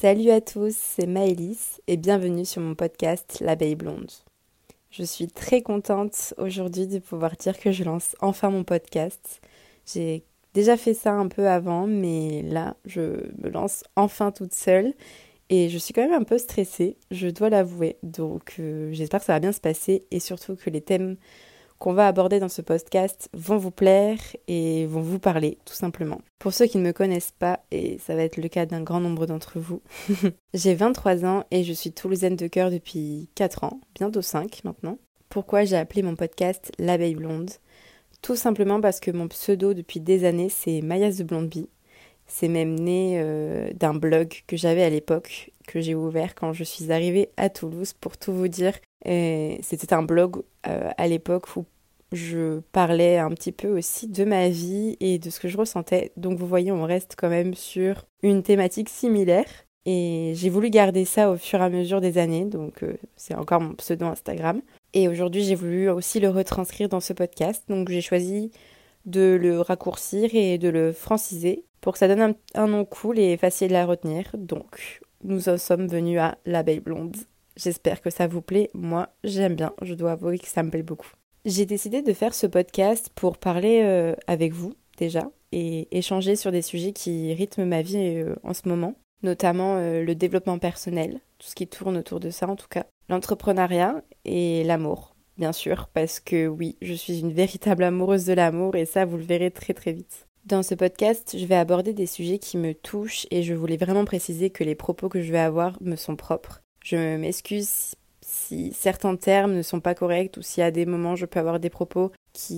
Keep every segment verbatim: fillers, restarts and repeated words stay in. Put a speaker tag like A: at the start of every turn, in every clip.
A: Salut à tous, c'est Maëlys et bienvenue sur mon podcast L'abeille blonde. Je suis très contente aujourd'hui de pouvoir dire que je lance enfin mon podcast. J'ai déjà fait ça un peu avant, mais là, je me lance enfin toute seule et je suis quand même un peu stressée, je dois l'avouer. Donc euh, j'espère que ça va bien se passer et surtout que les thèmes qu'on va aborder dans ce podcast vont vous plaire et vont vous parler, tout simplement. Pour ceux qui ne me connaissent pas, et ça va être le cas d'un grand nombre d'entre vous, j'ai vingt-trois ans et je suis toulousaine de cœur depuis quatre ans, bientôt cinq maintenant. Pourquoi j'ai appelé mon podcast L'Abeille Blonde ? Tout simplement parce que mon pseudo depuis des années, c'est Mayas de Blondeby. C'est même né euh, d'un blog que j'avais à l'époque, que j'ai ouvert quand je suis arrivée à Toulouse, pour tout vous dire. Et c'était un blog euh, à l'époque où je parlais un petit peu aussi de ma vie et de ce que je ressentais. Donc vous voyez, on reste quand même sur une thématique similaire. Et j'ai voulu garder ça au fur et à mesure des années, donc euh, c'est encore mon pseudo Instagram. Et aujourd'hui, j'ai voulu aussi le retranscrire dans ce podcast, donc j'ai choisi de le raccourcir et de le franciser pour que ça donne un, un nom cool et facile à retenir. Donc, nous en sommes venus à L'Abeille blonde. J'espère que ça vous plaît. Moi, j'aime bien. Je dois avouer que ça me plaît beaucoup. J'ai décidé de faire ce podcast pour parler euh, avec vous, déjà, et échanger sur des sujets qui rythment ma vie euh, en ce moment, notamment euh, le développement personnel, tout ce qui tourne autour de ça en tout cas, l'entrepreneuriat et l'amour. Bien sûr, parce que oui, je suis une véritable amoureuse de l'amour et ça, vous le verrez très très vite. Dans ce podcast, je vais aborder des sujets qui me touchent et je voulais vraiment préciser que les propos que je vais avoir me sont propres. Je m'excuse si certains termes ne sont pas corrects ou si à des moments je peux avoir des propos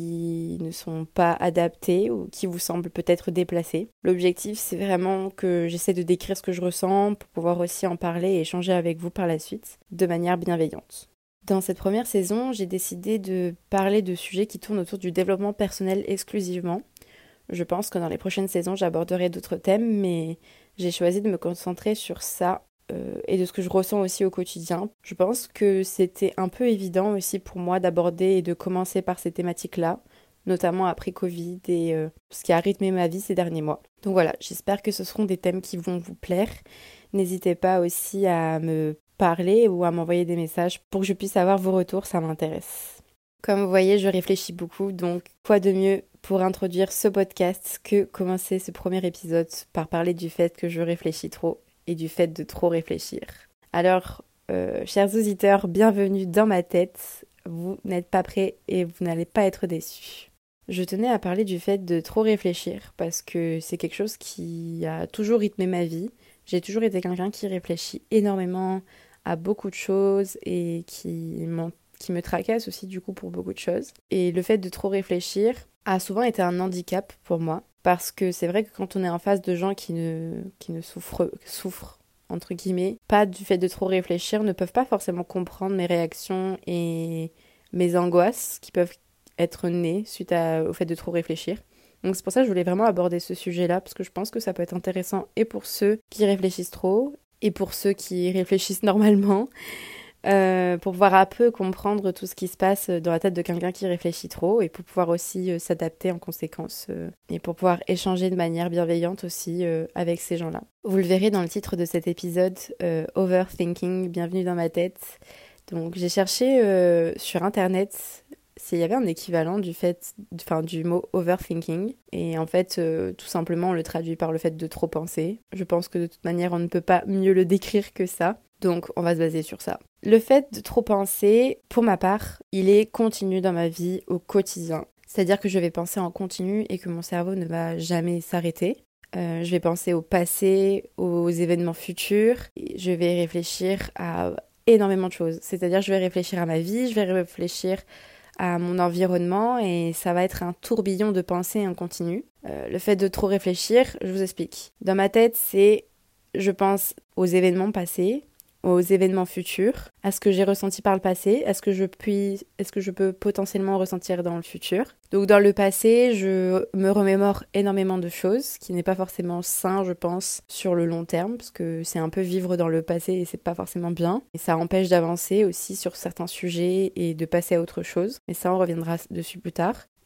A: qui ne sont pas adaptés ou qui vous semblent peut-être déplacés. L'objectif, c'est vraiment que j'essaie de décrire ce que je ressens pour pouvoir aussi en parler et échanger avec vous par la suite de manière bienveillante. Dans cette première saison, j'ai décidé de parler de sujets qui tournent autour du développement personnel exclusivement. Je pense que dans les prochaines saisons, j'aborderai d'autres thèmes, mais j'ai choisi de me concentrer sur ça euh, et de ce que je ressens aussi au quotidien. Je pense que c'était un peu évident aussi pour moi d'aborder et de commencer par ces thématiques-là, notamment après Covid et euh, ce qui a rythmé ma vie ces derniers mois. Donc voilà, j'espère que ce seront des thèmes qui vont vous plaire. N'hésitez pas aussi à me parler ou à m'envoyer des messages pour que je puisse avoir vos retours, ça m'intéresse. Comme vous voyez, je réfléchis beaucoup, donc quoi de mieux pour introduire ce podcast que commencer ce premier épisode par parler du fait que je réfléchis trop et du fait de trop réfléchir. Alors, euh, chers auditeurs, bienvenue dans ma tête. Vous n'êtes pas prêts et vous n'allez pas être déçus. Je tenais à parler du fait de trop réfléchir parce que c'est quelque chose qui a toujours rythmé ma vie. J'ai toujours été quelqu'un qui réfléchit énormément à beaucoup de choses et qui, qui me tracasse aussi du coup pour beaucoup de choses. Et le fait de trop réfléchir a souvent été un handicap pour moi parce que c'est vrai que quand on est en face de gens qui ne, qui ne souffrent, souffrent entre guillemets, pas du fait de trop réfléchir, ne peuvent pas forcément comprendre mes réactions et mes angoisses qui peuvent être nées suite à, au fait de trop réfléchir. Donc c'est pour ça que je voulais vraiment aborder ce sujet-là, parce que je pense que ça peut être intéressant et pour ceux qui réfléchissent trop, et pour ceux qui réfléchissent normalement, euh, pour pouvoir un peu comprendre tout ce qui se passe dans la tête de quelqu'un qui réfléchit trop, et pour pouvoir aussi euh, s'adapter en conséquence, euh, et pour pouvoir échanger de manière bienveillante aussi euh, avec ces gens-là. Vous le verrez dans le titre de cet épisode, euh, Overthinking, bienvenue dans ma tête. Donc j'ai cherché euh, sur internet s'il y avait un équivalent du fait, enfin du mot overthinking. Et en fait, euh, tout simplement, on le traduit par le fait de trop penser. Je pense que de toute manière, on ne peut pas mieux le décrire que ça. Donc, on va se baser sur ça. Le fait de trop penser, pour ma part, il est continu dans ma vie au quotidien. C'est-à-dire que je vais penser en continu et que mon cerveau ne va jamais s'arrêter. Euh, je vais penser au passé, aux événements futurs. Et je vais réfléchir à énormément de choses. C'est-à-dire, je vais réfléchir à ma vie, je vais réfléchir à mon environnement et ça va être un tourbillon de pensées en continu. Euh, le fait de trop réfléchir, je vous explique. Dans ma tête, c'est je pense aux événements passés, aux événements futurs, à ce que j'ai ressenti par le passé, à ce que je puis, est-ce que je peux potentiellement ressentir dans le futur. Donc dans le passé, je me remémore énormément de choses, ce qui n'est pas forcément sain, je pense, sur le long terme, parce que c'est un peu vivre dans le passé et c'est pas forcément bien. Et ça empêche d'avancer aussi sur certains sujets et de passer à autre chose. Mais ça, on reviendra dessus plus tard.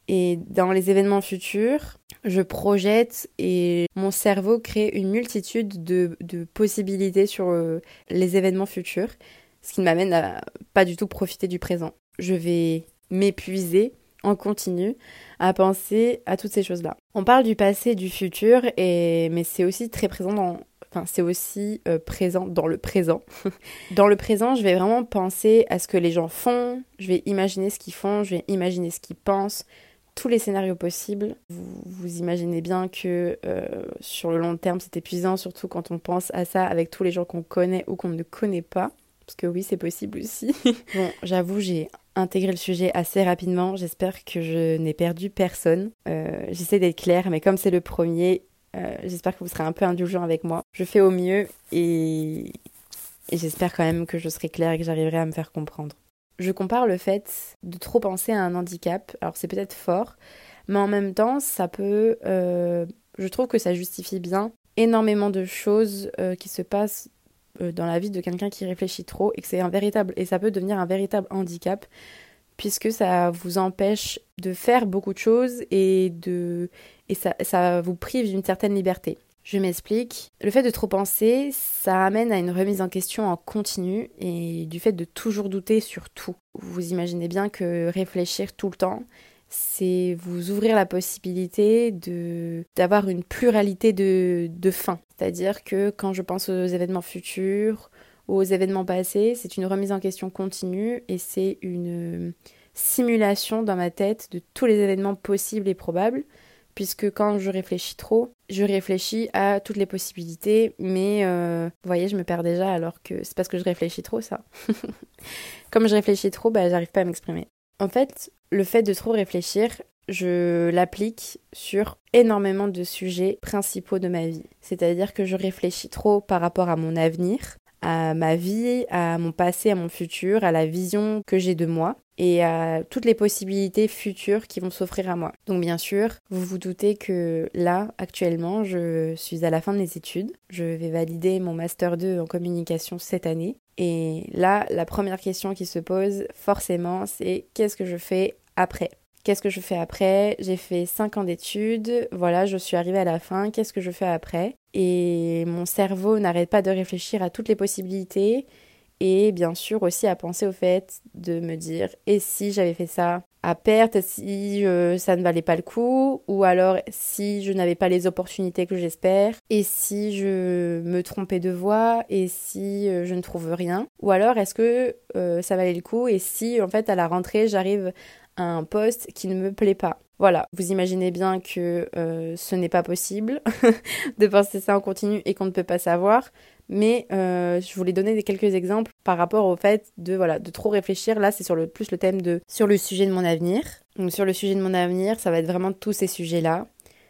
A: Et dans les événements futurs, je projette et mon cerveau crée une multitude de, de possibilités sur euh, les événements futurs, ce qui m'amène à pas du tout profiter du présent. Je vais m'épuiser en continu à penser à toutes ces choses-là. On parle du passé et du futur, et... mais c'est aussi très présent dans... Enfin, c'est aussi euh, présent dans le présent. Dans le présent, je vais vraiment penser à ce que les gens font, je vais imaginer ce qu'ils font, je vais imaginer ce qu'ils pensent, tous les scénarios possibles. Vous, vous imaginez bien que euh, sur le long terme, c'est épuisant, surtout quand on pense à ça avec tous les gens qu'on connaît ou qu'on ne connaît pas. Parce que oui, c'est possible aussi. Bon, j'avoue, j'ai intégré le sujet assez rapidement. J'espère que je n'ai perdu personne. Euh, j'essaie d'être claire, mais comme c'est le premier, euh, j'espère que vous serez un peu indulgents avec moi. Je fais au mieux et... et j'espère quand même que je serai claire et que j'arriverai à me faire comprendre. Je compare le fait de trop penser à un handicap. Alors c'est peut-être fort, mais en même temps, ça peut... Euh, je trouve que ça justifie bien énormément de choses euh, qui se passent dans la vie de quelqu'un qui réfléchit trop, et que c'est un véritable, et ça peut devenir un véritable handicap, puisque ça vous empêche de faire beaucoup de choses et, de, et ça, ça vous prive d'une certaine liberté. Je m'explique. Le fait de trop penser, ça amène à une remise en question en continu et du fait de toujours douter sur tout. Vous imaginez bien que réfléchir tout le temps, c'est vous ouvrir la possibilité de, d'avoir une pluralité de, de fins. C'est-à-dire que quand je pense aux événements futurs, aux événements passés, c'est une remise en question continue et c'est une simulation dans ma tête de tous les événements possibles et probables, puisque quand je réfléchis trop, je réfléchis à toutes les possibilités, mais euh, vous voyez, je me perds déjà alors que c'est parce que je réfléchis trop, ça. Comme je réfléchis trop, bah, j'arrive pas à m'exprimer. En fait, le fait de trop réfléchir, je l'applique sur énormément de sujets principaux de ma vie. C'est-à-dire que je réfléchis trop par rapport à mon avenir, à ma vie, à mon passé, à mon futur, à la vision que j'ai de moi et à toutes les possibilités futures qui vont s'offrir à moi. Donc bien sûr, vous vous doutez que là, actuellement, je suis à la fin de mes études. Je vais valider mon master deux en communication cette année. Et là, la première question qui se pose forcément, c'est qu'est-ce que je fais après ? Qu'est-ce que je fais après ? J'ai fait cinq ans d'études, voilà, je suis arrivée à la fin, qu'est-ce que je fais après ? Et mon cerveau n'arrête pas de réfléchir à toutes les possibilités et bien sûr aussi à penser au fait de me dire « et si j'avais fait ça à perte, si euh, ça ne valait pas le coup, ou alors si je n'avais pas les opportunités que j'espère, et si je me trompais de voie, et si euh, je ne trouve rien, ou alors est-ce que euh, ça valait le coup, et si en fait à la rentrée j'arrive à un poste qui ne me plaît pas. » Voilà, vous imaginez bien que euh, ce n'est pas possible de penser ça en continu et qu'on ne peut pas savoir, mais euh, je voulais donner des quelques exemples par rapport au fait de, voilà, de trop réfléchir. Là, c'est sur le, plus le thème de sur le sujet de mon avenir. Donc sur le sujet de mon avenir, ça va être vraiment tous ces sujets-là.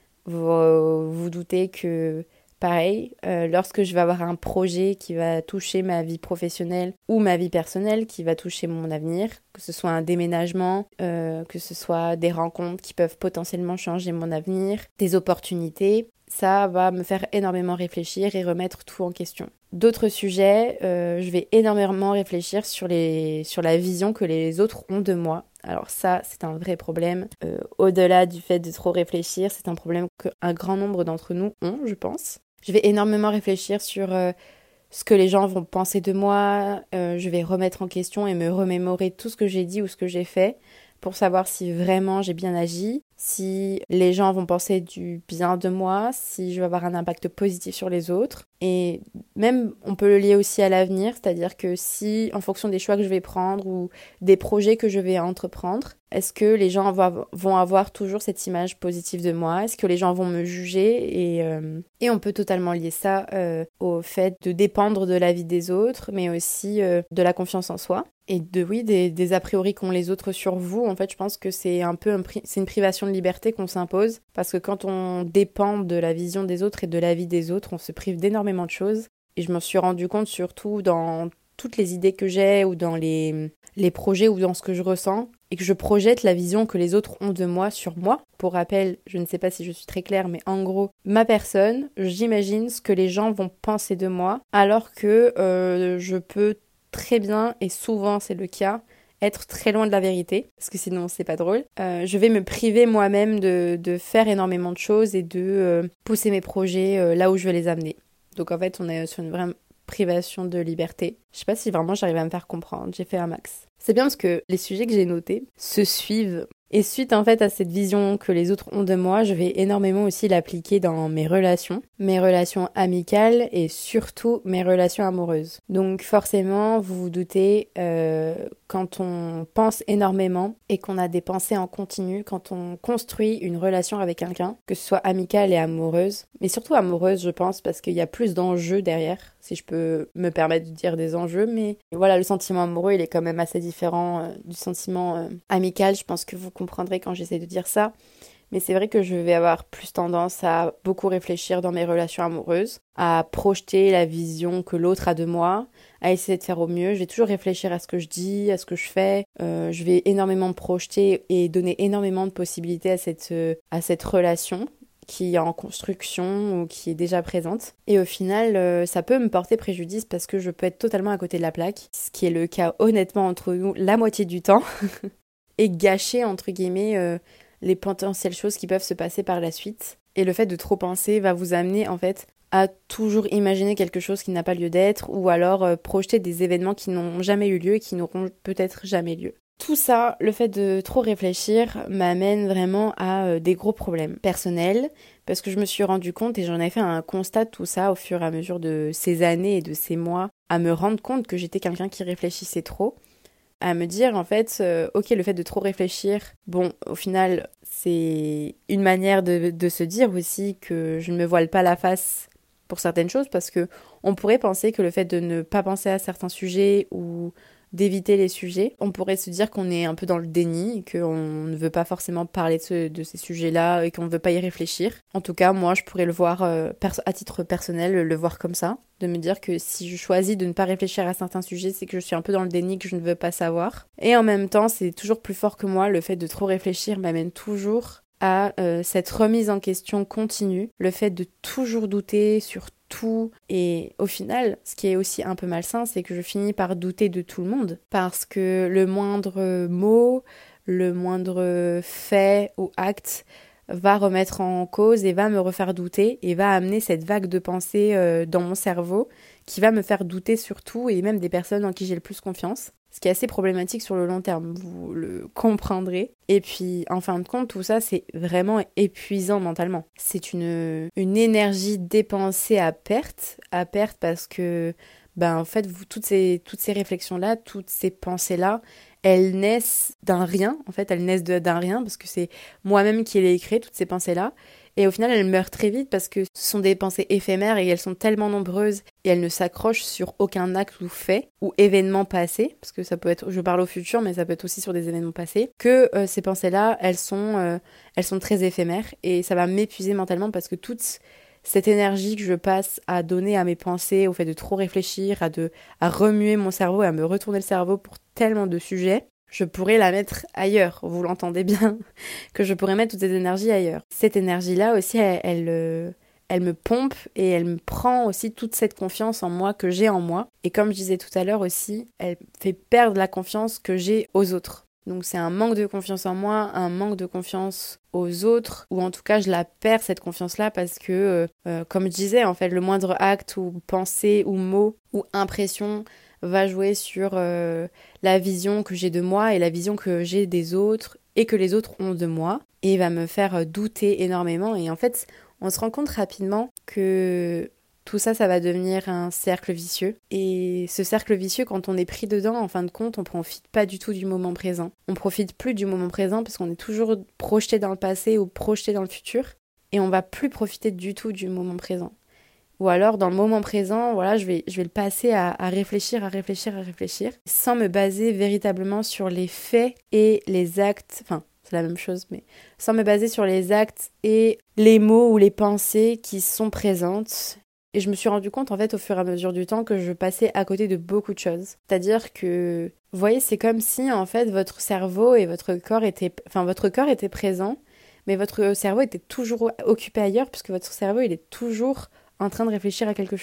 A: Vous vous doutez que pareil, euh, lorsque je vais avoir un projet qui va toucher ma vie professionnelle ou ma vie personnelle, qui va toucher mon avenir, que ce soit un déménagement, euh, que ce soit des rencontres qui peuvent potentiellement changer mon avenir, des opportunités, ça va me faire énormément réfléchir et remettre tout en question. D'autres sujets, euh, je vais énormément réfléchir sur, les, sur la vision que les autres ont de moi. Alors ça, c'est un vrai problème. Euh, au-delà du fait de trop réfléchir, c'est un problème qu'un grand nombre d'entre nous ont, je pense. Je vais énormément réfléchir sur euh, ce que les gens vont penser de moi. Euh, je vais remettre en question et me remémorer tout ce que j'ai dit ou ce que j'ai fait pour savoir si vraiment j'ai bien agi, si les gens vont penser du bien de moi, si je vais avoir un impact positif sur les autres. Et même, on peut le lier aussi à l'avenir, c'est-à-dire que si, en fonction des choix que je vais prendre ou des projets que je vais entreprendre, est-ce que les gens vont avoir toujours cette image positive de moi ? Est-ce que les gens vont me juger ? Et, euh, et on peut totalement lier ça euh, au fait de dépendre de l'avis des autres, mais aussi euh, de la confiance en soi. Et de oui, des, des a priori qu'ont les autres sur vous. En fait, je pense que c'est un peu un pri- c'est une privation de liberté qu'on s'impose, parce que quand on dépend de la vision des autres et de l'avis des autres, on se prive d'énormément de choses. Et je m'en suis rendu compte surtout dans toutes les idées que j'ai ou dans les, les projets ou dans ce que je ressens, et que je projette la vision que les autres ont de moi sur moi. Pour rappel, je ne sais pas si je suis très claire, mais en gros, ma personne, j'imagine ce que les gens vont penser de moi, alors que euh, je peux très bien, et souvent c'est le cas, être très loin de la vérité, parce que sinon c'est pas drôle. Euh, je vais me priver moi-même de, de faire énormément de choses et de euh, pousser mes projets euh, là où je veux les amener. Donc en fait, on est sur une vraie privation de liberté. Je sais pas si vraiment j'arrive à me faire comprendre, j'ai fait un max. C'est bien parce que les sujets que j'ai notés se suivent. Et suite en fait à cette vision que les autres ont de moi, je vais énormément aussi l'appliquer dans mes relations, mes relations amicales et surtout mes relations amoureuses. Donc forcément, vous vous doutez, euh, quand on pense énormément et qu'on a des pensées en continu, quand on construit une relation avec quelqu'un, que ce soit amicale et amoureuse, mais surtout amoureuse je pense parce qu'il y a plus d'enjeux derrière, si je peux me permettre de dire des enjeux, mais voilà, le sentiment amoureux il est quand même assez différent euh, du sentiment euh, amical, je pense que vous comprendrez quand j'essaie de dire ça. Mais c'est vrai que je vais avoir plus tendance à beaucoup réfléchir dans mes relations amoureuses, à projeter la vision que l'autre a de moi, à essayer de faire au mieux. Je vais toujours réfléchir à ce que je dis, à ce que je fais. Euh, je vais énormément me projeter et donner énormément de possibilités à cette, euh, à cette relation qui est en construction ou qui est déjà présente. Et au final, euh, ça peut me porter préjudice parce que je peux être totalement à côté de la plaque, ce qui est le cas honnêtement entre nous la moitié du temps, et gâcher, entre guillemets, euh, les potentielles choses qui peuvent se passer par la suite. Et le fait de trop penser va vous amener, en fait, à toujours imaginer quelque chose qui n'a pas lieu d'être, ou alors euh, projeter des événements qui n'ont jamais eu lieu et qui n'auront peut-être jamais lieu. Tout ça, le fait de trop réfléchir, m'amène vraiment à euh, des gros problèmes personnels, parce que je me suis rendu compte, et j'en ai fait un constat de tout ça au fur et à mesure de ces années et de ces mois, à me rendre compte que j'étais quelqu'un qui réfléchissait trop, à me dire en fait, euh, ok, le fait de trop réfléchir, bon, au final, c'est une manière de, de se dire aussi que je ne me voile pas la face pour certaines choses, parce que on pourrait penser que le fait de ne pas penser à certains sujets ou d'éviter les sujets, on pourrait se dire qu'on est un peu dans le déni, qu'on ne veut pas forcément parler de, ce, de ces sujets-là et qu'on ne veut pas y réfléchir. En tout cas, moi, je pourrais le voir, euh, perso- à titre personnel, le voir comme ça, de me dire que si je choisis de ne pas réfléchir à certains sujets, c'est que je suis un peu dans le déni, que je ne veux pas savoir. Et en même temps, c'est toujours plus fort que moi, le fait de trop réfléchir m'amène toujours à euh, cette remise en question continue, le fait de toujours douter sur tout, et au final, ce qui est aussi un peu malsain, c'est que je finis par douter de tout le monde, parce que le moindre mot, le moindre fait ou acte va remettre en cause et va me refaire douter et va amener cette vague de pensée euh, dans mon cerveau qui va me faire douter sur tout et même des personnes en qui j'ai le plus confiance. Ce qui est assez problématique sur le long terme, vous le comprendrez. Et puis, en fin de compte, tout ça, c'est vraiment épuisant mentalement. C'est une, une énergie dépensée à perte, à perte parce que, ben, en fait, vous, toutes ces, toutes ces réflexions-là, toutes ces pensées-là, elles naissent d'un rien, en fait, elles naissent de, d'un rien, parce que c'est moi-même qui les ai créées, toutes ces pensées-là. Et au final, elles meurent très vite parce que ce sont des pensées éphémères et elles sont tellement nombreuses et elles ne s'accrochent sur aucun acte ou fait ou événement passé, parce que ça peut être, je parle au futur, mais ça peut être aussi sur des événements passés, que euh, ces pensées-là, elles sont, euh, elles sont très éphémères et ça va m'épuiser mentalement parce que toute cette énergie que je passe à donner à mes pensées, au fait de trop réfléchir, à, de, à remuer mon cerveau et à me retourner le cerveau pour tellement de sujets, je pourrais la mettre ailleurs, vous l'entendez bien, que je pourrais mettre toutes ces énergies ailleurs. Cette énergie-là aussi, elle, elle, elle me pompe et elle me prend aussi toute cette confiance en moi que j'ai en moi. Et comme je disais tout à l'heure aussi, elle fait perdre la confiance que j'ai aux autres. Donc c'est un manque de confiance en moi, un manque de confiance aux autres, ou en tout cas je la perds cette confiance-là parce que, euh, comme je disais, en fait, le moindre acte ou pensée ou mot ou impression va jouer sur euh, la vision que j'ai de moi et la vision que j'ai des autres et que les autres ont de moi et va me faire douter énormément. Et en fait, on se rend compte rapidement que tout ça, ça va devenir un cercle vicieux. Et ce cercle vicieux, quand on est pris dedans, en fin de compte, on profite pas du tout du moment présent. On profite plus du moment présent parce qu'on est toujours projeté dans le passé ou projeté dans le futur et on va plus profiter du tout du moment présent. Ou alors, dans le moment présent, voilà, je vais, je vais le passer à, à réfléchir, à réfléchir, à réfléchir, sans me baser véritablement sur les faits et les actes, enfin, c'est la même chose, mais sans me baser sur les actes et les mots ou les pensées qui sont présentes. Et je me suis rendu compte, en fait, au fur et à mesure du temps, que je passais à côté de beaucoup de choses. C'est-à-dire que, vous voyez, c'est comme si, en fait, votre cerveau et votre corps étaient, enfin, votre corps était présent, mais votre cerveau était toujours occupé ailleurs, puisque votre cerveau, il est toujours en train de réfléchir à quelque chose.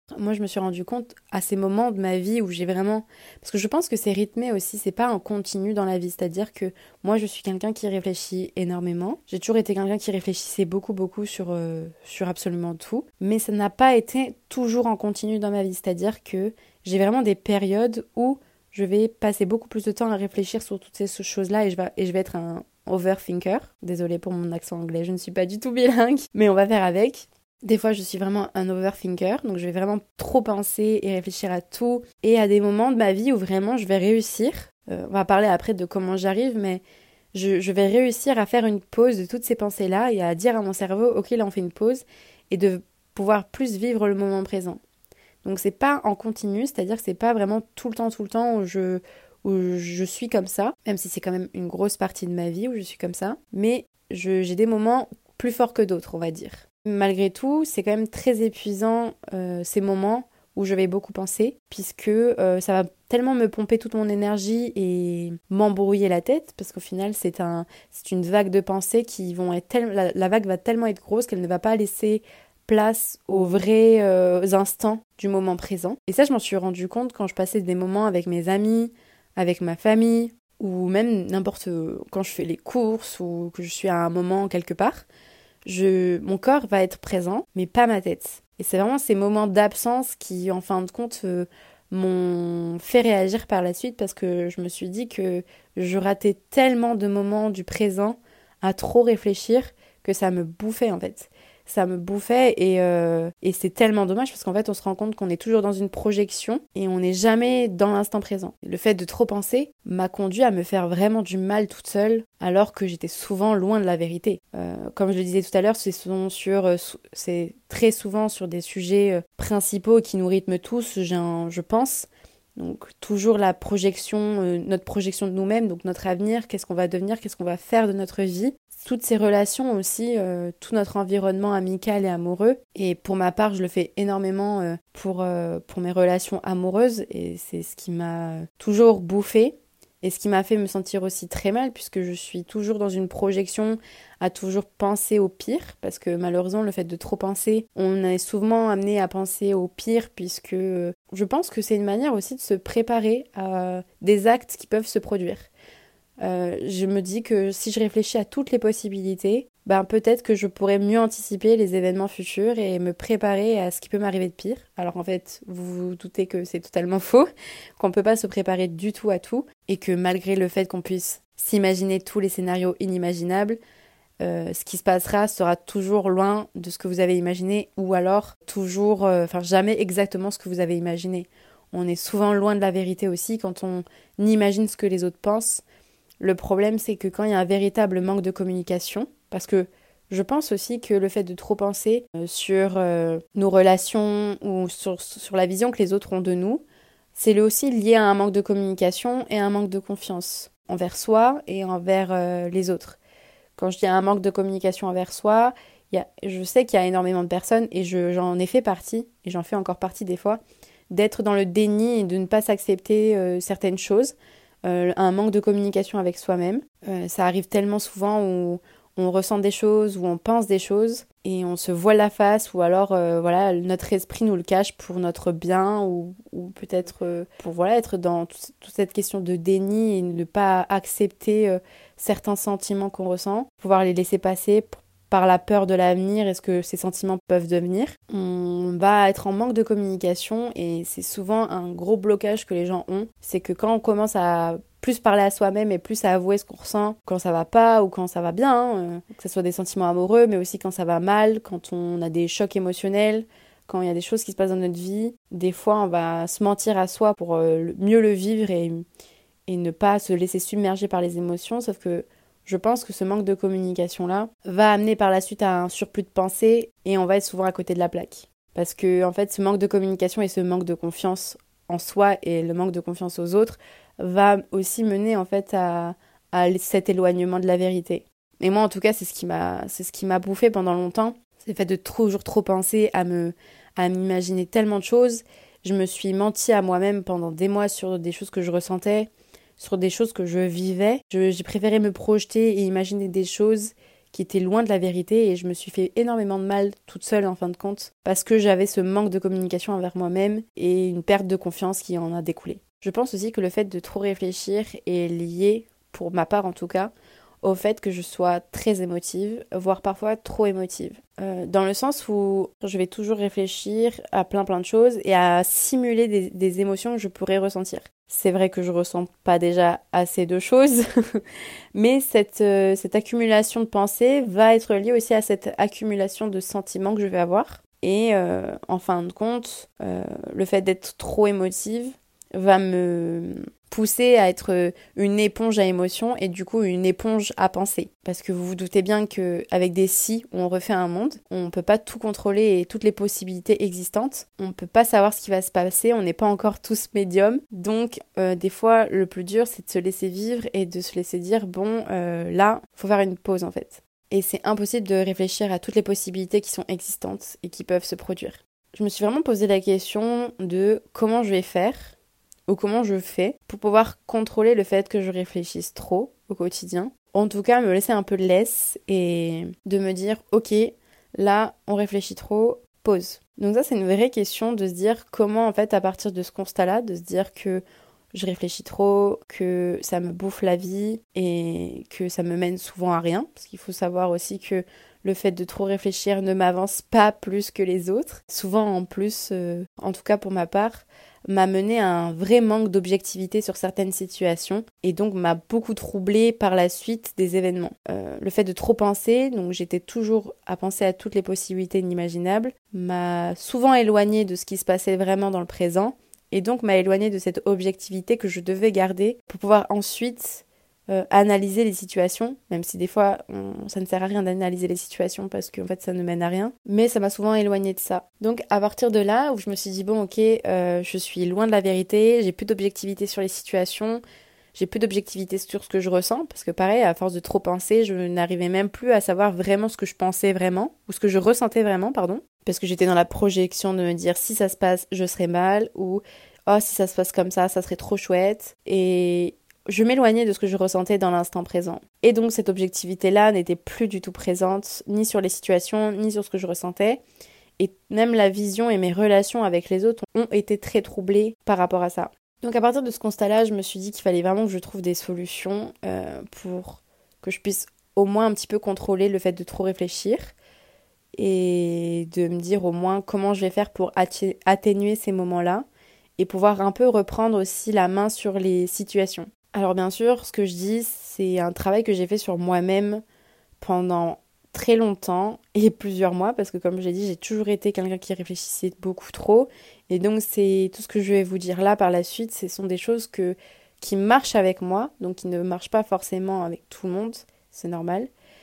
A: Moi, je me suis rendu compte à ces moments de ma vie où j'ai vraiment... Parce que je pense que c'est rythmé aussi, c'est pas un continu dans la vie. C'est-à-dire que moi, je suis quelqu'un qui réfléchit énormément. J'ai toujours été quelqu'un qui réfléchissait beaucoup, beaucoup sur, euh, sur absolument tout. Mais ça n'a pas été toujours en continu dans ma vie. C'est-à-dire que j'ai vraiment des périodes où je vais passer beaucoup plus de temps à réfléchir sur toutes ces choses-là et je vais, et je vais être un overthinker. Désolée pour mon accent anglais, je ne suis pas du tout bilingue, mais on va faire avec. Des fois, je suis vraiment un overthinker, donc je vais vraiment trop penser et réfléchir à tout. Et à des moments de ma vie où vraiment je vais réussir, euh, on va parler après de comment j'arrive, mais je, je vais réussir à faire une pause de toutes ces pensées-là et à dire à mon cerveau, ok, là on fait une pause, et de pouvoir plus vivre le moment présent. Donc c'est pas en continu, c'est-à-dire que c'est pas vraiment tout le temps, tout le temps où je, où je suis comme ça, même si c'est quand même une grosse partie de ma vie où je suis comme ça, mais je, j'ai des moments plus forts que d'autres, on va dire. Malgré tout, c'est quand même très épuisant euh, ces moments où je vais beaucoup penser, puisque euh, ça va tellement me pomper toute mon énergie et m'embrouiller la tête, parce qu'au final, c'est, un, c'est une vague de pensées qui vont être tellement... La, la vague va tellement être grosse qu'elle ne va pas laisser place aux vrais euh, instants du moment présent. Et ça, je m'en suis rendu compte quand je passais des moments avec mes amis, avec ma famille, ou même n'importe quand je fais les courses ou que je suis à un moment quelque part. Je, mon corps va être présent, mais pas ma tête. Et c'est vraiment ces moments d'absence qui, en fin de compte, euh, m'ont fait réagir par la suite parce que je me suis dit que je ratais tellement de moments du présent à trop réfléchir que ça me bouffait en fait. Ça me bouffait et, euh, et c'est tellement dommage parce qu'en fait on se rend compte qu'on est toujours dans une projection et on n'est jamais dans l'instant présent. Le fait de trop penser m'a conduit à me faire vraiment du mal toute seule alors que j'étais souvent loin de la vérité. Euh, comme je le disais tout à l'heure, c'est, souvent sur, euh, c'est très souvent sur des sujets euh, principaux qui nous rythment tous, j'ai un, je pense. Donc toujours la projection, euh, notre projection de nous-mêmes, donc notre avenir, qu'est-ce qu'on va devenir, qu'est-ce qu'on va faire de notre vie. Toutes ces relations aussi, euh, tout notre environnement amical et amoureux. Et pour ma part, je le fais énormément euh, pour, euh, pour mes relations amoureuses et c'est ce qui m'a toujours bouffée et ce qui m'a fait me sentir aussi très mal puisque je suis toujours dans une projection à toujours penser au pire parce que malheureusement le fait de trop penser, on est souvent amené à penser au pire puisque euh, je pense que c'est une manière aussi de se préparer à des actes qui peuvent se produire. Euh, je me dis que si je réfléchis à toutes les possibilités, ben peut-être que je pourrais mieux anticiper les événements futurs et me préparer à ce qui peut m'arriver de pire. Alors en fait, vous vous doutez que c'est totalement faux, qu'on ne peut pas se préparer du tout à tout, et que malgré le fait qu'on puisse s'imaginer tous les scénarios inimaginables, euh, ce qui se passera sera toujours loin de ce que vous avez imaginé, ou alors toujours, euh, enfin jamais exactement ce que vous avez imaginé. On est souvent loin de la vérité aussi quand on imagine ce que les autres pensent. Le problème, c'est que quand il y a un véritable manque de communication, parce que je pense aussi que le fait de trop penser euh, sur euh, nos relations ou sur, sur la vision que les autres ont de nous, c'est aussi lié à un manque de communication et à un manque de confiance envers soi et envers euh, les autres. Quand je dis un manque de communication envers soi, y a, je sais qu'il y a énormément de personnes, et je, j'en ai fait partie, et j'en fais encore partie des fois, d'être dans le déni et de ne pas s'accepter euh, certaines choses. Euh, un manque de communication avec soi-même. Euh, ça arrive tellement souvent où on ressent des choses, où on pense des choses et on se voile la face ou alors euh, voilà, notre esprit nous le cache pour notre bien ou, ou peut-être euh, pour voilà, être dans toute, toute cette question de déni et ne pas accepter euh, certains sentiments qu'on ressent, pouvoir les laisser passer pour par la peur de l'avenir et ce que ces sentiments peuvent devenir. On va être en manque de communication et c'est souvent un gros blocage que les gens ont. C'est que quand on commence à plus parler à soi-même et plus à avouer ce qu'on ressent quand ça va pas ou quand ça va bien, euh, que ce soit des sentiments amoureux mais aussi quand ça va mal, quand on a des chocs émotionnels, quand il y a des choses qui se passent dans notre vie, des fois on va se mentir à soi pour euh, mieux le vivre et, et ne pas se laisser submerger par les émotions, sauf que je pense que ce manque de communication-là va amener par la suite à un surplus de pensée et on va être souvent à côté de la plaque. Parce que, en fait, ce manque de communication et ce manque de confiance en soi et le manque de confiance aux autres va aussi mener, en fait, à, à cet éloignement de la vérité. Et moi, en tout cas, c'est ce qui m'a, c'est ce qui m'a bouffé pendant longtemps. C'est le fait de toujours trop penser, à me, à m'imaginer tellement de choses. Je me suis menti à moi-même pendant des mois sur des choses que je ressentais, sur des choses que je vivais. Je, j'ai préféré me projeter et imaginer des choses qui était loin de la vérité et je me suis fait énormément de mal toute seule en fin de compte parce que j'avais ce manque de communication envers moi-même et une perte de confiance qui en a découlé. Je pense aussi que le fait de trop réfléchir est lié, pour ma part en tout cas, au fait que je sois très émotive, voire parfois trop émotive. Euh, dans le sens où je vais toujours réfléchir à plein plein de choses et à simuler des, des émotions que je pourrais ressentir. C'est vrai que je ressens pas déjà assez de choses, mais cette, euh, cette accumulation de pensées va être liée aussi à cette accumulation de sentiments que je vais avoir. Et euh, en fin de compte, euh, le fait d'être trop émotive va me pousser à être une éponge à émotions et du coup une éponge à pensée. Parce que vous vous doutez bien qu'avec des si, on refait un monde, on ne peut pas tout contrôler et toutes les possibilités existantes, on ne peut pas savoir ce qui va se passer, on n'est pas encore tous médiums, donc euh, des fois le plus dur c'est de se laisser vivre et de se laisser dire bon euh, là, faut faire une pause en fait. Et c'est impossible de réfléchir à toutes les possibilités qui sont existantes et qui peuvent se produire. Je me suis vraiment posé la question de comment je vais faire ou comment je fais pour pouvoir contrôler le fait que je réfléchisse trop au quotidien. En tout cas, me laisser un peu de laisse et de me dire « Ok, là, on réfléchit trop, pause ». Donc ça, c'est une vraie question de se dire comment, en fait, à partir de ce constat-là, de se dire que je réfléchis trop, que ça me bouffe la vie et que ça me mène souvent à rien. Parce qu'il faut savoir aussi que le fait de trop réfléchir ne m'avance pas plus que les autres. Souvent, en plus, euh, en tout cas pour ma part, m'a mené à un vrai manque d'objectivité sur certaines situations et donc m'a beaucoup troublée par la suite des événements. Euh, le fait de trop penser, donc j'étais toujours à penser à toutes les possibilités inimaginables, m'a souvent éloignée de ce qui se passait vraiment dans le présent et donc m'a éloignée de cette objectivité que je devais garder pour pouvoir ensuite euh, analyser les situations, même si des fois on, ça ne sert à rien d'analyser les situations parce qu'en fait ça ne mène à rien, mais ça m'a souvent éloignée de ça. Donc à partir de là où je me suis dit bon ok, euh, je suis loin de la vérité, j'ai plus d'objectivité sur les situations, j'ai plus d'objectivité sur ce que je ressens, parce que pareil, à force de trop penser, je n'arrivais même plus à savoir vraiment ce que je pensais vraiment, ou ce que je ressentais vraiment, pardon, parce que j'étais dans la projection de me dire si ça se passe, je serai mal, ou oh si ça se passe comme ça, ça serait trop chouette, et je m'éloignais de ce que je ressentais dans l'instant présent. Et donc cette objectivité-là n'était plus du tout présente, ni sur les situations, ni sur ce que je ressentais. Et même la vision et mes relations avec les autres ont été très troublées par rapport à ça. Donc à partir de ce constat-là, je me suis dit qu'il fallait vraiment que je trouve des solutions euh, pour que je puisse au moins un petit peu contrôler le fait de trop réfléchir et de me dire au moins comment je vais faire pour atténuer ces moments-là et pouvoir un peu reprendre aussi la main sur les situations. Alors bien sûr, ce que je dis, c'est un travail que j'ai fait sur moi-même pendant très longtemps et plusieurs mois, parce que comme j'ai dit, j'ai toujours été quelqu'un qui réfléchissait beaucoup trop. Et donc c'est tout ce que je vais vous dire là par la suite, ce sont des choses que, qui marchent avec moi, donc qui ne marchent pas forcément avec tout le monde, c'est normal.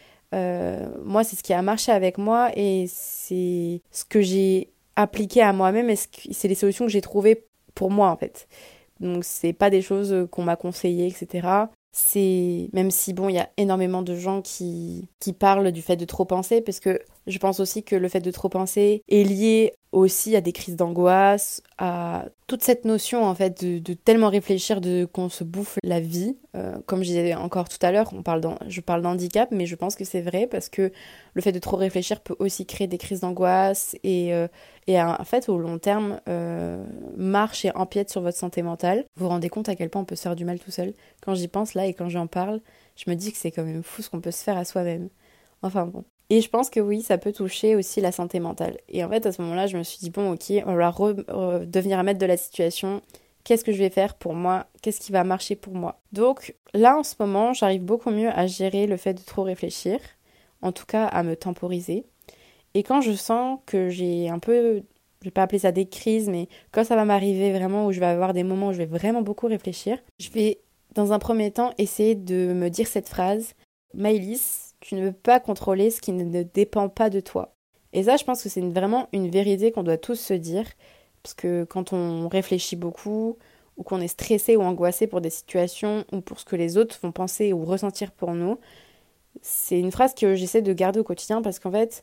A: Euh, moi, c'est ce qui a marché avec moi et c'est ce que j'ai appliqué à moi-même et c'est les solutions que j'ai trouvées pour moi en fait. Donc c'est pas des choses qu'on m'a conseillées, et cetera. C'est, même si bon, il y a énormément de gens qui, qui parlent du fait de trop penser, parce que je pense aussi que le fait de trop penser est lié aussi à des crises d'angoisse, à toute cette notion en fait de, de tellement réfléchir de qu'on se bouffe la vie. Euh, comme je disais encore tout à l'heure, on parle je parle d'handicap, mais je pense que c'est vrai parce que le fait de trop réfléchir peut aussi créer des crises d'angoisse et, euh, et en fait au long terme euh, marche et empiète sur votre santé mentale. Vous vous rendez compte à quel point on peut se faire du mal tout seul? Quand j'y pense là et quand j'en parle, je me dis que c'est quand même fou ce qu'on peut se faire à soi-même. Enfin bon. Et je pense que oui, ça peut toucher aussi la santé mentale. Et en fait, à ce moment-là, je me suis dit, bon, ok, on va re- re- devenir à maître de la situation. Qu'est-ce que je vais faire pour moi? Qu'est-ce qui va marcher pour moi? Donc là, en ce moment, j'arrive beaucoup mieux à gérer le fait de trop réfléchir. En tout cas, à me temporiser. Et quand je sens que j'ai un peu, je vais pas appeler ça des crises, mais quand ça va m'arriver vraiment, où je vais avoir des moments où je vais vraiment beaucoup réfléchir, je vais, dans un premier temps, essayer de me dire cette phrase. Maëlys, tu ne peux pas contrôler ce qui ne dépend pas de toi. Et ça, je pense que c'est une, vraiment une vérité qu'on doit tous se dire, parce que quand on réfléchit beaucoup, ou qu'on est stressé ou angoissé pour des situations, ou pour ce que les autres vont penser ou ressentir pour nous, c'est une phrase que j'essaie de garder au quotidien, parce qu'en fait,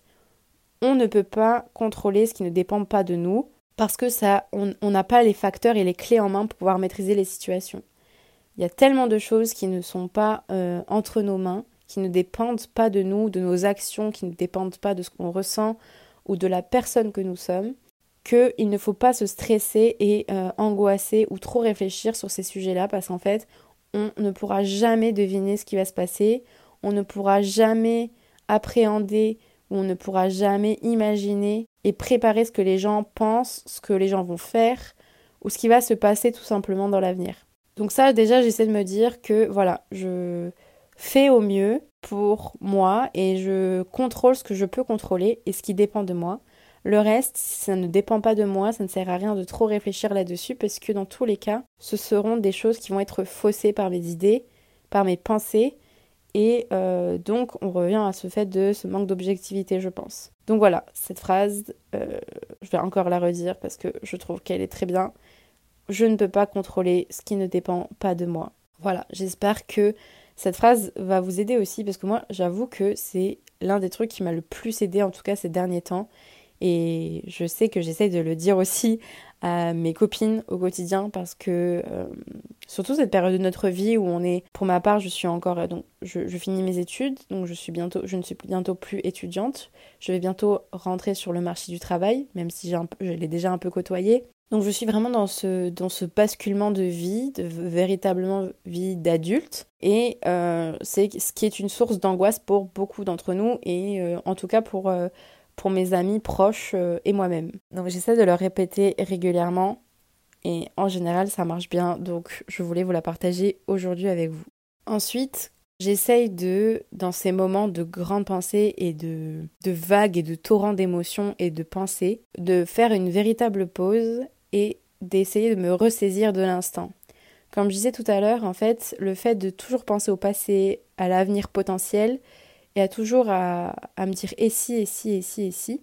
A: on ne peut pas contrôler ce qui ne dépend pas de nous, parce que ça, on n'a pas les facteurs et les clés en main pour pouvoir maîtriser les situations. Il y a tellement de choses qui ne sont pas euh, entre nos mains, qui ne dépendent pas de nous, de nos actions, qui ne dépendent pas de ce qu'on ressent ou de la personne que nous sommes, qu'il ne faut pas se stresser et euh, angoisser ou trop réfléchir sur ces sujets-là parce qu'en fait, on ne pourra jamais deviner ce qui va se passer, on ne pourra jamais appréhender ou on ne pourra jamais imaginer et préparer ce que les gens pensent, ce que les gens vont faire ou ce qui va se passer tout simplement dans l'avenir. Donc ça, déjà, j'essaie de me dire que voilà, je fais au mieux pour moi et je contrôle ce que je peux contrôler et ce qui dépend de moi. Le reste, si ça ne dépend pas de moi, ça ne sert à rien de trop réfléchir là-dessus parce que dans tous les cas, ce seront des choses qui vont être faussées par mes idées, par mes pensées et euh, donc on revient à ce fait de ce manque d'objectivité, je pense. Donc voilà, cette phrase, euh, je vais encore la redire parce que je trouve qu'elle est très bien. Je ne peux pas contrôler ce qui ne dépend pas de moi. Voilà, j'espère que cette phrase va vous aider aussi parce que moi, j'avoue que c'est l'un des trucs qui m'a le plus aidé en tout cas ces derniers temps. Et je sais que j'essaye de le dire aussi à mes copines au quotidien parce que euh, surtout cette période de notre vie où on est, pour ma part, je suis encore, euh, donc je, je finis mes études, donc je suis bientôt, je ne suis bientôt plus étudiante. Je vais bientôt rentrer sur le marché du travail, même si j'ai un peu, je l'ai déjà un peu côtoyé. Donc je suis vraiment dans ce, dans ce basculement de vie, de véritablement vie d'adulte. Et euh, c'est ce qui est une source d'angoisse pour beaucoup d'entre nous et euh, en tout cas pour, euh, pour mes amis proches euh, et moi-même. Donc j'essaie de le répéter régulièrement et en général ça marche bien. Donc je voulais vous la partager aujourd'hui avec vous. Ensuite, j'essaye de, dans ces moments de grandes pensées et de, de vagues et de torrents d'émotions et de pensées, de faire une véritable pause et d'essayer de me ressaisir de l'instant. Comme je disais tout à l'heure, en fait, le fait de toujours penser au passé, à l'avenir potentiel, et à toujours à, à me dire et si, et si, et si, et si,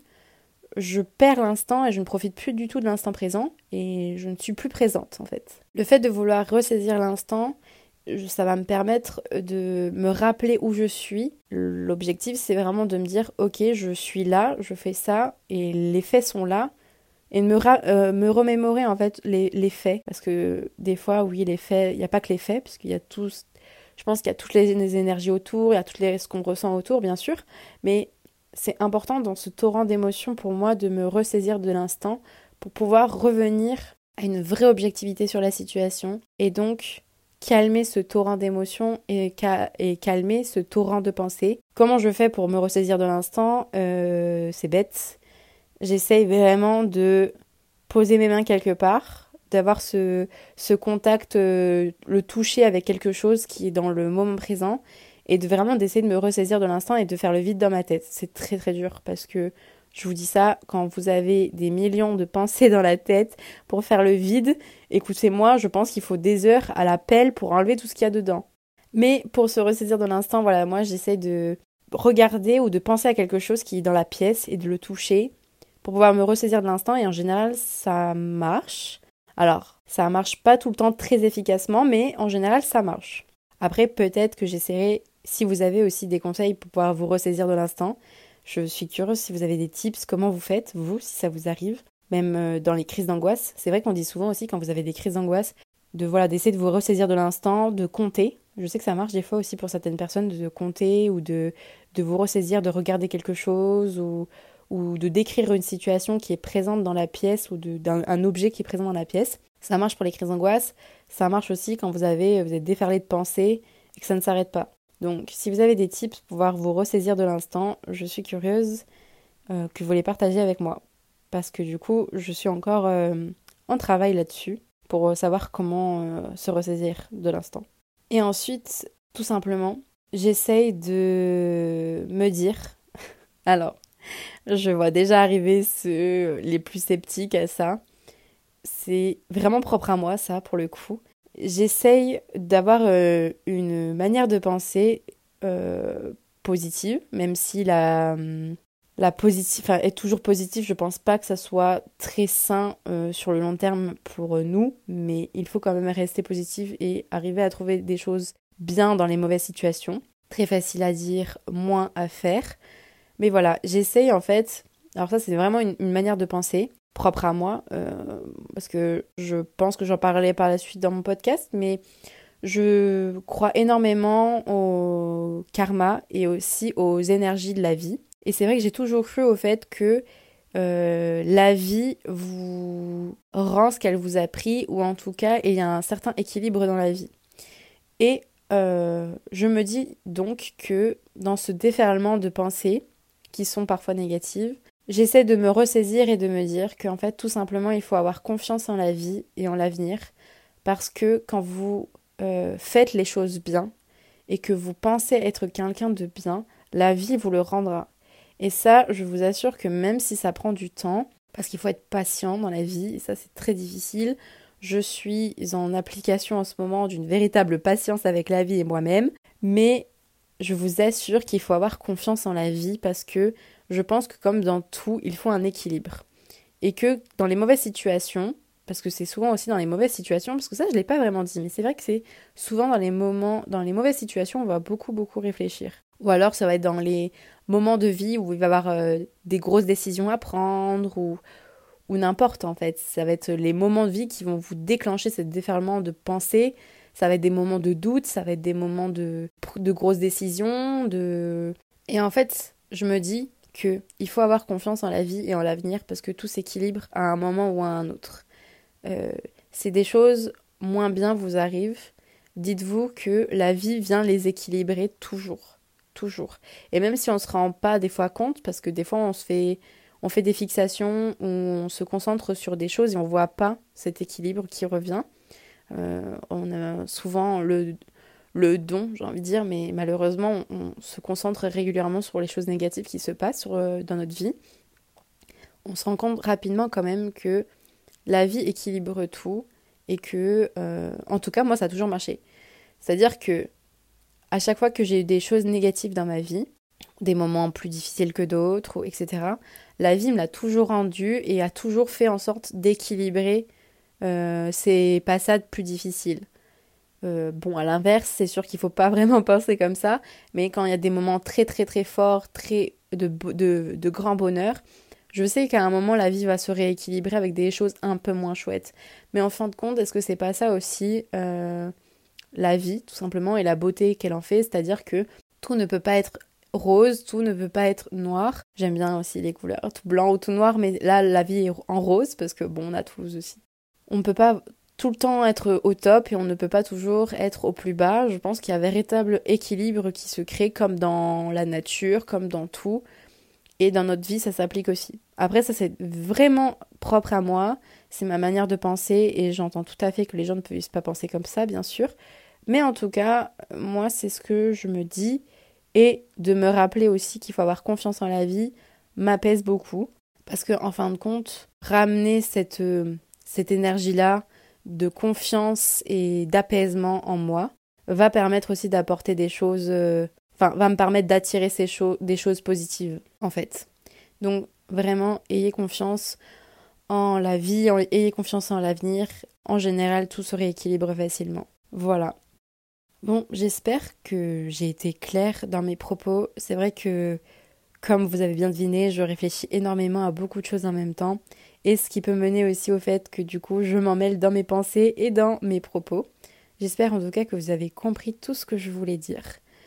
A: je perds l'instant et je ne profite plus du tout de l'instant présent et je ne suis plus présente en fait. Le fait de vouloir ressaisir l'instant, ça va me permettre de me rappeler où je suis. L'objectif, c'est vraiment de me dire ok, je suis là, je fais ça et les faits sont là. Et de me, ra- euh, me remémorer en fait les, les faits. Parce que des fois, oui, les faits, il n'y a pas que les faits, parce qu'il y a tous, je pense qu'il y a toutes les, les énergies autour, il y a toutes les, ce qu'on ressent autour, bien sûr. Mais c'est important dans ce torrent d'émotions pour moi de me ressaisir de l'instant pour pouvoir revenir à une vraie objectivité sur la situation. Et donc calmer ce torrent d'émotions et, ca- et calmer ce torrent de pensées. Comment je fais pour me ressaisir de l'instant euh, C'est bête. J'essaye vraiment de poser mes mains quelque part, d'avoir ce, ce contact, euh, le toucher avec quelque chose qui est dans le moment présent et de vraiment d'essayer de me ressaisir de l'instant et de faire le vide dans ma tête. C'est très très dur parce que je vous dis ça, quand vous avez des millions de pensées dans la tête pour faire le vide, écoutez-moi, je pense qu'il faut des heures à la pelle pour enlever tout ce qu'il y a dedans. Mais pour se ressaisir de l'instant, voilà, moi j'essaye de regarder ou de penser à quelque chose qui est dans la pièce et de le toucher pour pouvoir me ressaisir de l'instant et en général ça marche. Alors ça marche pas tout le temps très efficacement mais en général ça marche. Après peut-être que j'essaierai, si vous avez aussi des conseils pour pouvoir vous ressaisir de l'instant, je suis curieuse si vous avez des tips, comment vous faites vous, si ça vous arrive, même dans les crises d'angoisse. C'est vrai qu'on dit souvent aussi quand vous avez des crises d'angoisse de voilà d'essayer de vous ressaisir de l'instant, de compter. Je sais que ça marche des fois aussi pour certaines personnes de compter ou de, de vous ressaisir, de regarder quelque chose ou ou de décrire une situation qui est présente dans la pièce ou de, d'un un objet qui est présent dans la pièce. Ça marche pour les crises d'angoisse, ça marche aussi quand vous avez vous êtes déferlé de pensées et que ça ne s'arrête pas. Donc si vous avez des tips pour pouvoir vous ressaisir de l'instant, je suis curieuse euh, que vous les partagez avec moi. Parce que du coup, je suis encore euh, en travail là-dessus pour savoir comment euh, se ressaisir de l'instant. Et ensuite, tout simplement, j'essaye de me dire... Alors, je vois déjà arriver ceux les plus sceptiques à ça. C'est vraiment propre à moi, ça, pour le coup. J'essaye d'avoir euh, une manière de penser euh, positive, même si la, la positive, enfin, être toujours positive, je pense pas que ça soit très sain euh, sur le long terme pour nous, mais il faut quand même rester positive et arriver à trouver des choses bien dans les mauvaises situations. Très facile à dire, moins à faire. Mais voilà, j'essaye en fait, alors ça c'est vraiment une, une manière de penser propre à moi, euh, parce que je pense que j'en parlerai par la suite dans mon podcast, mais je crois énormément au au karma et aussi aux énergies de la vie. Et c'est vrai que j'ai toujours cru au fait que euh, la vie vous rend ce qu'elle vous a pris, ou en tout cas, il y a un certain équilibre dans la vie. Et euh, je me dis donc que dans ce déferlement de pensées, qui sont parfois négatives, j'essaie de me ressaisir et de me dire qu'en fait, tout simplement, il faut avoir confiance en la vie et en l'avenir, parce que quand vous euh, faites les choses bien et que vous pensez être quelqu'un de bien, la vie vous le rendra. Et ça, je vous assure que même si ça prend du temps, parce qu'il faut être patient dans la vie, et ça c'est très difficile, je suis en application en ce moment d'une véritable patience avec la vie et moi-même, mais je vous assure qu'il faut avoir confiance en la vie, parce que je pense que comme dans tout, il faut un équilibre. Et que dans les mauvaises situations, parce que c'est souvent aussi dans les mauvaises situations, parce que ça je ne l'ai pas vraiment dit, mais c'est vrai que c'est souvent dans les moments, dans les mauvaises situations, on va beaucoup beaucoup réfléchir. Ou alors ça va être dans les moments de vie où il va y avoir euh, des grosses décisions à prendre, ou, ou n'importe en fait. Ça va être les moments de vie qui vont vous déclencher ce déferlement de pensée. Ça va être des moments de doute, ça va être des moments de, de grosses décisions. De... Et en fait, je me dis qu'il faut avoir confiance en la vie et en l'avenir, parce que tout s'équilibre à un moment ou à un autre. Euh, c'est des choses moins bien vous arrivent, dites-vous que la vie vient les équilibrer toujours, toujours. Et même si on ne se rend pas des fois compte, parce que des fois on se fait, on fait des fixations où on se concentre sur des choses et on ne voit pas cet équilibre qui revient. Euh, on a souvent le, le don, j'ai envie de dire, mais malheureusement on, on se concentre régulièrement sur les choses négatives qui se passent sur, euh, dans notre vie. On se rend compte rapidement quand même que la vie équilibre tout, et que, euh, en tout cas, moi, ça a toujours marché. C'est-à-dire que à chaque fois que j'ai eu des choses négatives dans ma vie, des moments plus difficiles que d'autres, et cetera, la vie me l'a toujours rendu et a toujours fait en sorte d'équilibrer euh, ces passades plus difficiles. Euh, bon, à l'inverse, c'est sûr qu'il ne faut pas vraiment penser comme ça, mais quand il y a des moments très très très forts, très de, de, de grand bonheur, je sais qu'à un moment, la vie va se rééquilibrer avec des choses un peu moins chouettes. Mais en fin de compte, est-ce que c'est pas ça aussi euh, la vie, tout simplement, et la beauté qu'elle en fait? C'est-à-dire que tout ne peut pas être rose, tout ne peut pas être noir. J'aime bien aussi les couleurs, tout blanc ou tout noir, mais là, la vie est en rose, parce que bon, on a Toulouse aussi. On ne peut pas tout le temps être au top et on ne peut pas toujours être au plus bas. Je pense qu'il y a un véritable équilibre qui se crée, comme dans la nature, comme dans tout. Et dans notre vie, ça s'applique aussi. Après, ça, c'est vraiment propre à moi. C'est ma manière de penser et j'entends tout à fait que les gens ne puissent pas penser comme ça, bien sûr. Mais en tout cas, moi, c'est ce que je me dis. Et de me rappeler aussi qu'il faut avoir confiance en la vie m'apaise beaucoup. Parce que, en fin de compte, ramener cette, euh, cette énergie-là de confiance et d'apaisement en moi va permettre aussi d'apporter des choses... Euh, Enfin, va me permettre d'attirer ces cho- des choses positives, en fait. Donc, vraiment, ayez confiance en la vie, en- ayez confiance en l'avenir. En général, tout se rééquilibre facilement. Voilà. Bon, j'espère que j'ai été claire dans mes propos. C'est vrai que, comme vous avez bien deviné, je réfléchis énormément à beaucoup de choses en même temps. Et ce qui peut mener aussi au fait que, du coup, je m'en mêle dans mes pensées et dans mes propos. J'espère en tout cas que vous avez compris tout ce que je voulais dire.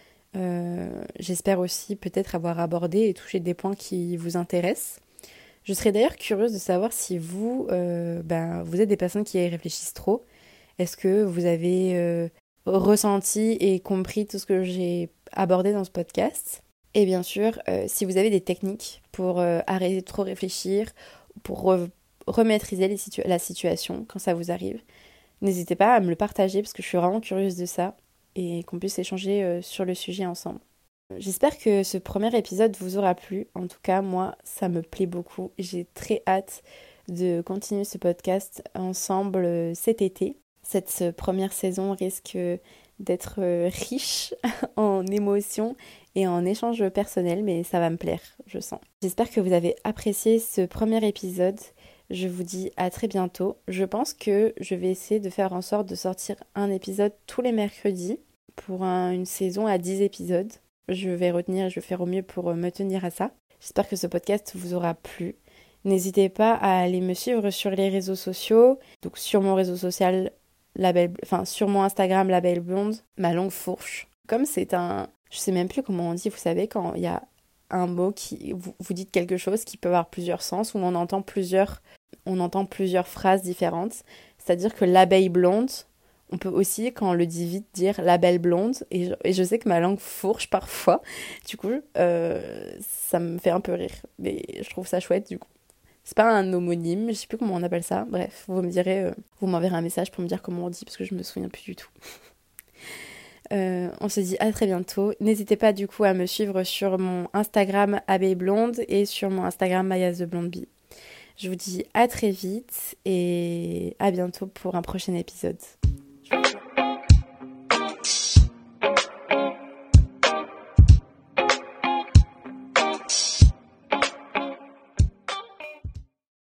A: Euh, j'espère aussi peut-être avoir abordé et touché des points qui vous intéressent. Je serais d'ailleurs curieuse de savoir si vous, euh, ben, vous êtes des personnes qui y réfléchissent trop. Est-ce que vous avez euh, ressenti et compris tout ce que j'ai abordé dans ce podcast? Et bien sûr, euh, si vous avez des techniques pour euh, arrêter de trop réfléchir, pour re- remaîtriser les situa- la situation quand ça vous arrive, n'hésitez pas à me le partager parce que je suis vraiment curieuse de ça, et qu'on puisse échanger euh, sur le sujet ensemble. J'espère que ce premier épisode vous aura plu. En tout cas, moi, ça me plaît beaucoup. J'ai très hâte de continuer ce podcast ensemble euh, cet été. Cette première saison risque d'être euh, riche en émotions et en échanges personnels, mais ça va me plaire, je sens. J'espère que vous avez apprécié ce premier épisode. Je vous dis à très bientôt. Je pense que je vais essayer de faire en sorte de sortir un épisode tous les mercredis pour un, une saison à dix épisodes. Je vais retenir, je vais faire au mieux pour me tenir à ça. J'espère que ce podcast vous aura plu. N'hésitez pas à aller me suivre sur les réseaux sociaux. Donc sur mon réseau social, la belle, enfin sur mon Instagram, la belle blonde, ma longue fourche. Comme c'est un... Je sais même plus comment on dit, vous savez, quand il y a un mot qui... Vous, vous dites quelque chose qui peut avoir plusieurs sens, où on entend plusieurs, on entend plusieurs phrases différentes. C'est-à-dire que l'abeille blonde, on peut aussi, quand on le dit vite, dire la belle blonde. Et je, et je sais que ma langue fourche parfois. Du coup, euh, ça me fait un peu rire. Mais je trouve ça chouette, du coup. C'est pas un homonyme, je sais plus comment on appelle ça. Bref, vous me direz, euh, vous m'enverrez un message pour me dire comment on dit, parce que je me souviens plus du tout. Euh, on se dit à très bientôt. N'hésitez pas du coup à me suivre sur mon Instagram Abeille Blonde et sur mon Instagram Maya the Blonde Bee. Je vous dis à très vite et à bientôt pour un prochain épisode.